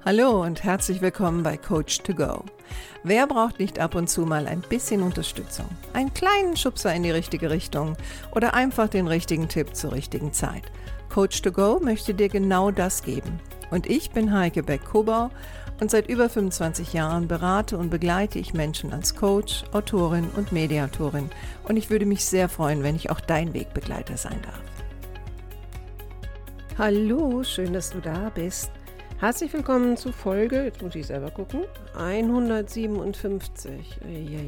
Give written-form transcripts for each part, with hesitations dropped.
Hallo und herzlich willkommen bei Coach2Go. Wer braucht nicht ab und zu mal ein bisschen Unterstützung? Einen kleinen Schubser in die richtige Richtung oder einfach den richtigen Tipp zur richtigen Zeit? Coach2Go möchte dir genau das geben. Und ich bin Heike Beck-Kobau und seit über 25 Jahren berate und begleite ich Menschen als Coach, Autorin und Mediatorin. Und ich würde mich sehr freuen, wenn ich auch dein Wegbegleiter sein darf. Hallo, schön, dass du da bist. Herzlich willkommen zu Folge, jetzt muss ich selber gucken, 157.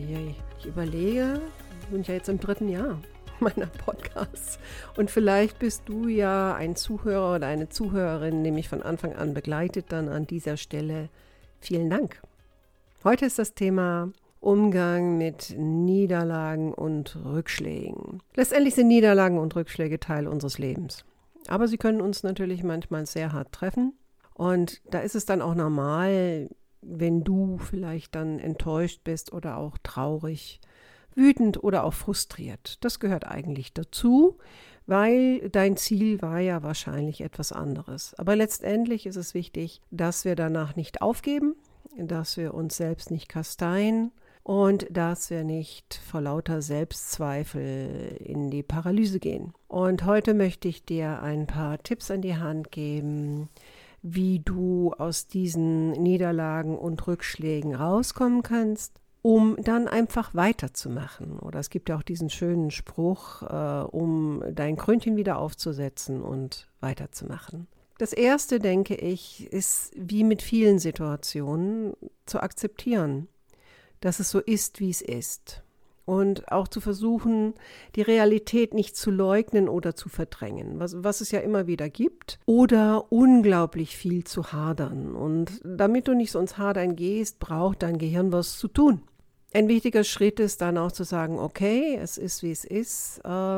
Ich überlege, bin ich ja jetzt im 3. Jahr meiner Podcasts. Und vielleicht bist du ja ein Zuhörer oder eine Zuhörerin, die mich von Anfang an begleitet, dann an dieser Stelle vielen Dank. Heute ist das Thema Umgang mit Niederlagen und Rückschlägen. Letztendlich sind Niederlagen und Rückschläge Teil unseres Lebens. Aber sie können uns natürlich manchmal sehr hart treffen. Und da ist es dann auch normal, wenn du vielleicht dann enttäuscht bist oder auch traurig, wütend oder auch frustriert. Das gehört eigentlich dazu, weil dein Ziel war ja wahrscheinlich etwas anderes. Aber letztendlich ist es wichtig, dass wir danach nicht aufgeben, dass wir uns selbst nicht kasteien und dass wir nicht vor lauter Selbstzweifel in die Paralyse gehen. Und heute möchte ich dir ein paar Tipps an die Hand geben, wie du aus diesen Niederlagen und Rückschlägen rauskommen kannst, um dann einfach weiterzumachen. Oder es gibt ja auch diesen schönen Spruch, um dein Krönchen wieder aufzusetzen und weiterzumachen. Das Erste, denke ich, ist wie mit vielen Situationen zu akzeptieren, dass es so ist, wie es ist. Und auch zu versuchen, die Realität nicht zu leugnen oder zu verdrängen, was es ja immer wieder gibt, oder unglaublich viel zu hadern. Und damit du nicht so ins Hadern gehst, braucht dein Gehirn was zu tun. Ein wichtiger Schritt ist dann auch zu sagen, okay, es ist, wie es ist.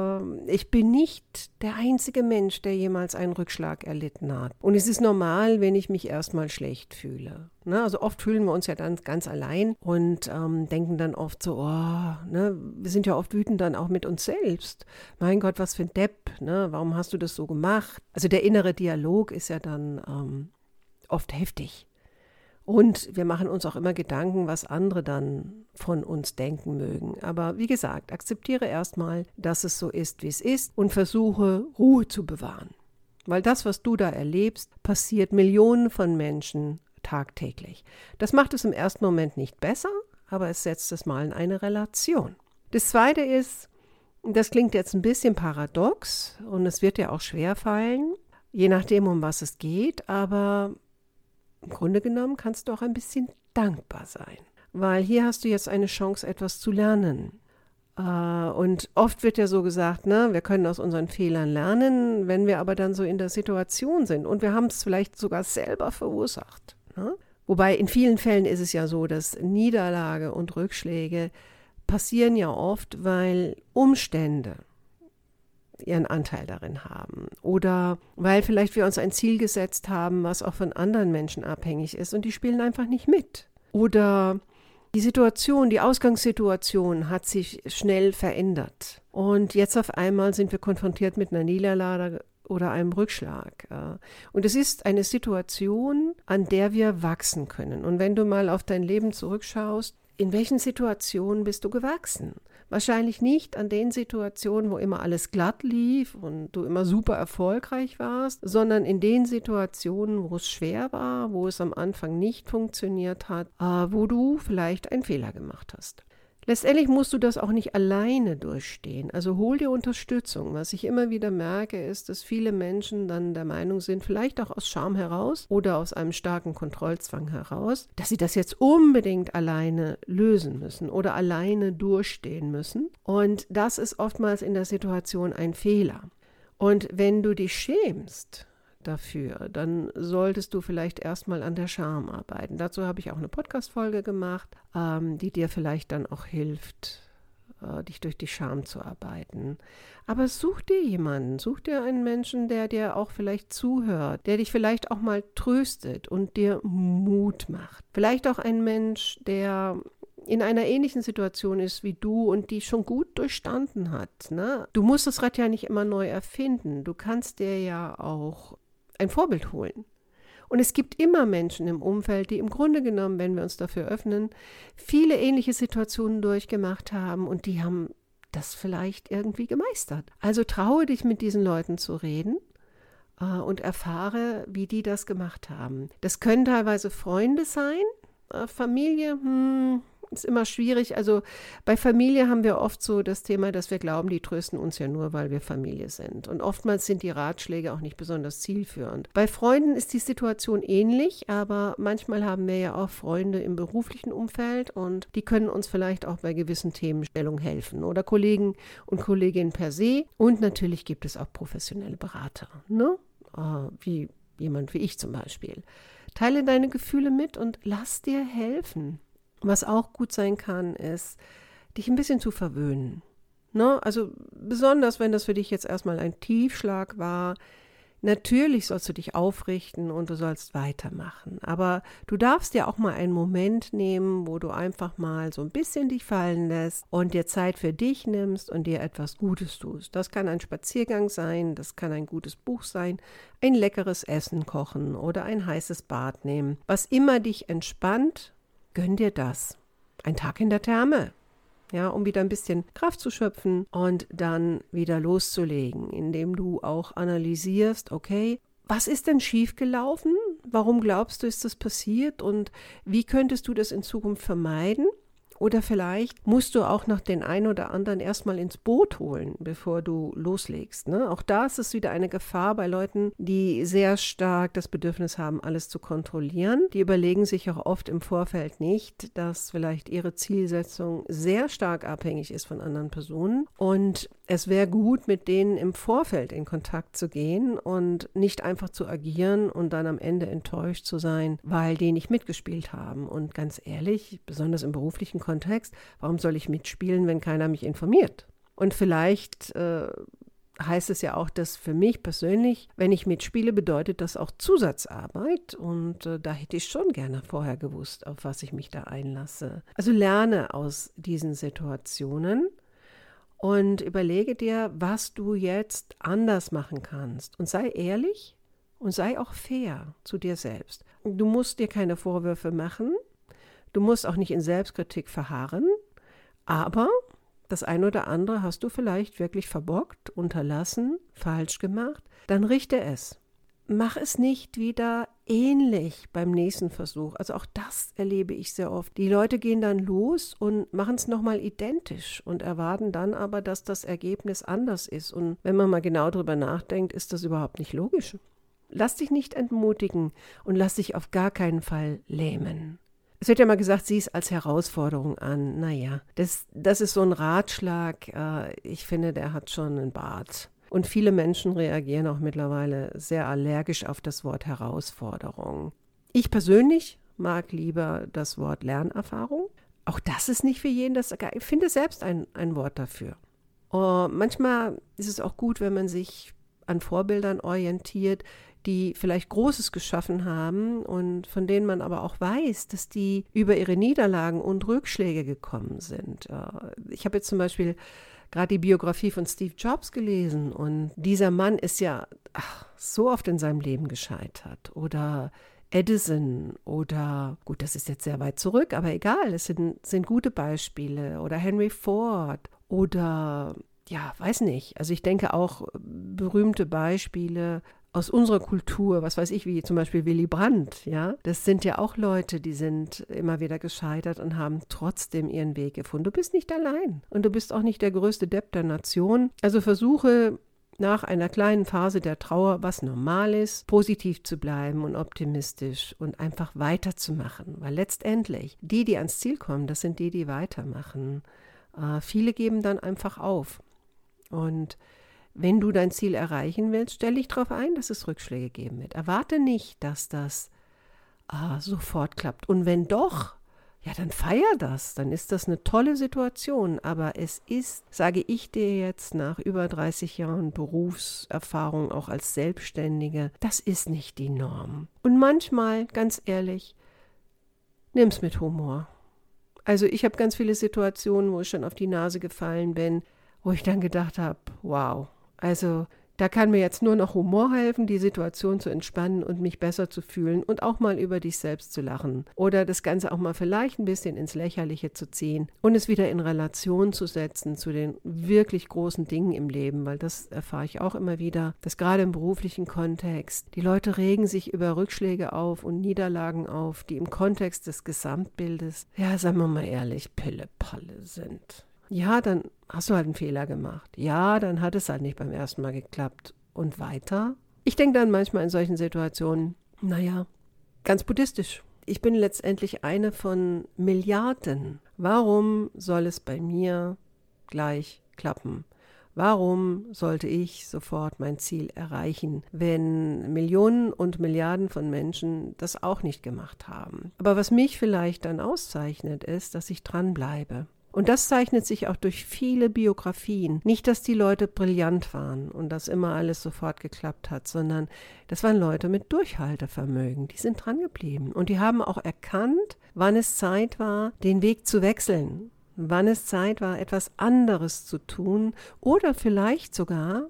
Ich bin nicht der einzige Mensch, der jemals einen Rückschlag erlitten hat. Und es ist normal, wenn ich mich erstmal schlecht fühle. Also oft fühlen wir uns ja dann ganz allein und denken dann oft so, wir sind ja oft wütend dann auch mit uns selbst. Mein Gott, was für ein Depp, warum hast du das so gemacht? Also der innere Dialog ist ja dann oft heftig. Und wir machen uns auch immer Gedanken, was andere dann von uns denken mögen. Aber wie gesagt, akzeptiere erstmal, dass es so ist, wie es ist und versuche, Ruhe zu bewahren. Weil das, was du da erlebst, passiert Millionen von Menschen tagtäglich. Das macht es im ersten Moment nicht besser, aber es setzt es mal in eine Relation. Das Zweite ist, das klingt jetzt ein bisschen paradox und es wird dir auch schwerfallen, je nachdem, um was es geht, aber im Grunde genommen kannst du auch ein bisschen dankbar sein, weil hier hast du jetzt eine Chance, etwas zu lernen. Und oft wird ja so gesagt, wir können aus unseren Fehlern lernen, wenn wir aber dann so in der Situation sind und wir haben es vielleicht sogar selber verursacht. Wobei in vielen Fällen ist es ja so, dass Niederlage und Rückschläge passieren ja oft, weil Umstände ihren Anteil darin haben oder weil vielleicht wir uns ein Ziel gesetzt haben, was auch von anderen Menschen abhängig ist und die spielen einfach nicht mit. Oder die Ausgangssituation hat sich schnell verändert und jetzt auf einmal sind wir konfrontiert mit einer Niederlage oder einem Rückschlag. Und es ist eine Situation, an der wir wachsen können. Und wenn du mal auf dein Leben zurückschaust, in welchen Situationen bist du gewachsen? Wahrscheinlich nicht an den Situationen, wo immer alles glatt lief und du immer super erfolgreich warst, sondern in den Situationen, wo es schwer war, wo es am Anfang nicht funktioniert hat, wo du vielleicht einen Fehler gemacht hast. Letztendlich musst du das auch nicht alleine durchstehen. Also hol dir Unterstützung. Was ich immer wieder merke, ist, dass viele Menschen dann der Meinung sind, vielleicht auch aus Scham heraus oder aus einem starken Kontrollzwang heraus, dass sie das jetzt unbedingt alleine lösen müssen oder alleine durchstehen müssen. Und das ist oftmals in der Situation ein Fehler. Und wenn du dich schämst dafür, dann solltest du vielleicht erstmal an der Scham arbeiten. Dazu habe ich auch eine Podcast-Folge gemacht, die dir vielleicht dann auch hilft, dich durch die Scham zu arbeiten. Aber such dir einen Menschen, der dir auch vielleicht zuhört, der dich vielleicht auch mal tröstet und dir Mut macht. Vielleicht auch ein Mensch, der in einer ähnlichen Situation ist wie du und die schon gut durchstanden hat. Du musst das Rad ja nicht immer neu erfinden. Du kannst dir ja auch ein Vorbild holen. Und es gibt immer Menschen im Umfeld, die im Grunde genommen, wenn wir uns dafür öffnen, viele ähnliche Situationen durchgemacht haben und die haben das vielleicht irgendwie gemeistert. Also traue dich, mit diesen Leuten zu reden und erfahre, wie die das gemacht haben. Das können teilweise Freunde sein, Familie, ist immer schwierig. Also bei Familie haben wir oft so das Thema, dass wir glauben, die trösten uns ja nur, weil wir Familie sind. Und oftmals sind die Ratschläge auch nicht besonders zielführend. Bei Freunden ist die Situation ähnlich, aber manchmal haben wir ja auch Freunde im beruflichen Umfeld und die können uns vielleicht auch bei gewissen Themenstellungen helfen. Oder Kollegen und Kolleginnen per se. Und natürlich gibt es auch professionelle Berater, ne? Wie jemand wie ich zum Beispiel. Teile deine Gefühle mit und lass dir helfen. Was auch gut sein kann, ist, dich ein bisschen zu verwöhnen. Ne? Also besonders, wenn das für dich jetzt erstmal ein Tiefschlag war, natürlich sollst du dich aufrichten und du sollst weitermachen. Aber du darfst dir auch mal einen Moment nehmen, wo du einfach mal so ein bisschen dich fallen lässt und dir Zeit für dich nimmst und dir etwas Gutes tust. Das kann ein Spaziergang sein, das kann ein gutes Buch sein, ein leckeres Essen kochen oder ein heißes Bad nehmen. Was immer dich entspannt, gönn dir das. Ein Tag in der Therme, ja, um wieder ein bisschen Kraft zu schöpfen und dann wieder loszulegen, indem du auch analysierst, okay, was ist denn schiefgelaufen? Warum glaubst du, ist das passiert? Und wie könntest du das in Zukunft vermeiden? Oder vielleicht musst du auch noch den einen oder anderen erstmal ins Boot holen, bevor du loslegst. Ne? Auch da ist es wieder eine Gefahr bei Leuten, die sehr stark das Bedürfnis haben, alles zu kontrollieren. Die überlegen sich auch oft im Vorfeld nicht, dass vielleicht ihre Zielsetzung sehr stark abhängig ist von anderen Personen. Und es wäre gut, mit denen im Vorfeld in Kontakt zu gehen und nicht einfach zu agieren und dann am Ende enttäuscht zu sein, weil die nicht mitgespielt haben. Und ganz ehrlich, besonders im beruflichen Kontext, warum soll ich mitspielen, wenn keiner mich informiert? Und vielleicht heißt es ja auch, dass für mich persönlich, wenn ich mitspiele, bedeutet das auch Zusatzarbeit und da hätte ich schon gerne vorher gewusst, auf was ich mich da einlasse. Also lerne aus diesen Situationen und überlege dir, was du jetzt anders machen kannst und sei ehrlich und sei auch fair zu dir selbst. Du musst dir keine Vorwürfe machen. Du musst auch nicht in Selbstkritik verharren, aber das eine oder andere hast du vielleicht wirklich verbockt, unterlassen, falsch gemacht. Dann richte es. Mach es nicht wieder ähnlich beim nächsten Versuch. Also auch das erlebe ich sehr oft. Die Leute gehen dann los und machen es nochmal identisch und erwarten dann aber, dass das Ergebnis anders ist. Und wenn man mal genau drüber nachdenkt, ist das überhaupt nicht logisch. Lass dich nicht entmutigen und lass dich auf gar keinen Fall lähmen. Es wird ja mal gesagt, sieh es als Herausforderung an. Naja, das ist so ein Ratschlag. Ich finde, der hat schon einen Bart. Und viele Menschen reagieren auch mittlerweile sehr allergisch auf das Wort Herausforderung. Ich persönlich mag lieber das Wort Lernerfahrung. Auch das ist nicht für jeden, ich finde selbst ein Wort dafür. Manchmal ist es auch gut, wenn man sich an Vorbildern orientiert, die vielleicht Großes geschaffen haben und von denen man aber auch weiß, dass die über ihre Niederlagen und Rückschläge gekommen sind. Ich habe jetzt zum Beispiel gerade die Biografie von Steve Jobs gelesen und dieser Mann ist ja so oft in seinem Leben gescheitert. Oder Edison oder, gut, das ist jetzt sehr weit zurück, aber egal, es sind gute Beispiele. Oder Henry Ford oder, ja, weiß nicht. Also ich denke auch berühmte Beispiele aus unserer Kultur, was weiß ich, wie zum Beispiel Willy Brandt, ja, das sind ja auch Leute, die sind immer wieder gescheitert und haben trotzdem ihren Weg gefunden. Du bist nicht allein und du bist auch nicht der größte Depp der Nation. Also versuche nach einer kleinen Phase der Trauer, was normal ist, positiv zu bleiben und optimistisch und einfach weiterzumachen, weil letztendlich die ans Ziel kommen, das sind die weitermachen. Viele geben dann einfach auf und wenn du dein Ziel erreichen willst, stell dich darauf ein, dass es Rückschläge geben wird. Erwarte nicht, dass das sofort klappt. Und wenn doch, ja, dann feier das. Dann ist das eine tolle Situation. Aber es ist, sage ich dir jetzt nach über 30 Jahren Berufserfahrung, auch als Selbstständige, das ist nicht die Norm. Und manchmal, ganz ehrlich, nimm's mit Humor. Also ich habe ganz viele Situationen, wo ich schon auf die Nase gefallen bin, wo ich dann gedacht habe, wow, also Da kann mir jetzt nur noch Humor helfen, die Situation zu entspannen und mich besser zu fühlen und auch mal über dich selbst zu lachen. Oder das Ganze auch mal vielleicht ein bisschen ins Lächerliche zu ziehen und es wieder in Relation zu setzen zu den wirklich großen Dingen im Leben, weil das erfahre ich auch immer wieder, dass gerade im beruflichen Kontext die Leute regen sich über Rückschläge auf und Niederlagen auf, die im Kontext des Gesamtbildes, ja, sagen wir mal ehrlich, Pille-Palle sind. Ja, dann hast du halt einen Fehler gemacht. Ja, dann hat es halt nicht beim ersten Mal geklappt. Und weiter? Ich denke dann manchmal in solchen Situationen, naja, ganz buddhistisch. Ich bin letztendlich eine von Milliarden. Warum soll es bei mir gleich klappen? Warum sollte ich sofort mein Ziel erreichen, wenn Millionen und Milliarden von Menschen das auch nicht gemacht haben? Aber was mich vielleicht dann auszeichnet, ist, dass ich dranbleibe. Und das zeichnet sich auch durch viele Biografien. Nicht, dass die Leute brillant waren und dass immer alles sofort geklappt hat, sondern das waren Leute mit Durchhaltevermögen. Die sind dran geblieben und die haben auch erkannt, wann es Zeit war, den Weg zu wechseln, wann es Zeit war, etwas anderes zu tun oder vielleicht sogar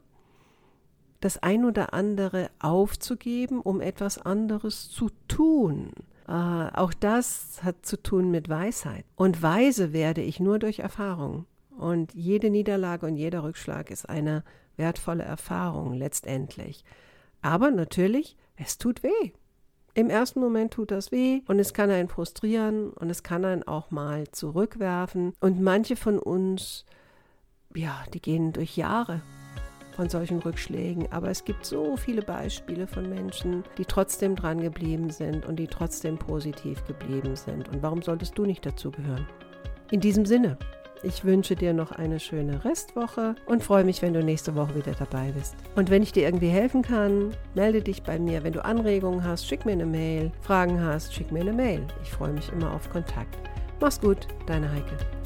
das ein oder andere aufzugeben, um etwas anderes zu tun. Auch das hat zu tun mit Weisheit. Und weise werde ich nur durch Erfahrung. Und jede Niederlage und jeder Rückschlag ist eine wertvolle Erfahrung letztendlich. Aber natürlich, es tut weh. Im ersten Moment tut das weh und es kann einen frustrieren und es kann einen auch mal zurückwerfen. Und manche von uns, ja, die gehen durch Jahre von solchen Rückschlägen. Aber es gibt so viele Beispiele von Menschen, die trotzdem dran geblieben sind und die trotzdem positiv geblieben sind. Und warum solltest du nicht dazugehören? In diesem Sinne, ich wünsche dir noch eine schöne Restwoche und freue mich, wenn du nächste Woche wieder dabei bist. Und wenn ich dir irgendwie helfen kann, melde dich bei mir. Wenn du Anregungen hast, schick mir eine Mail. Fragen hast, schick mir eine Mail. Ich freue mich immer auf Kontakt. Mach's gut, deine Heike.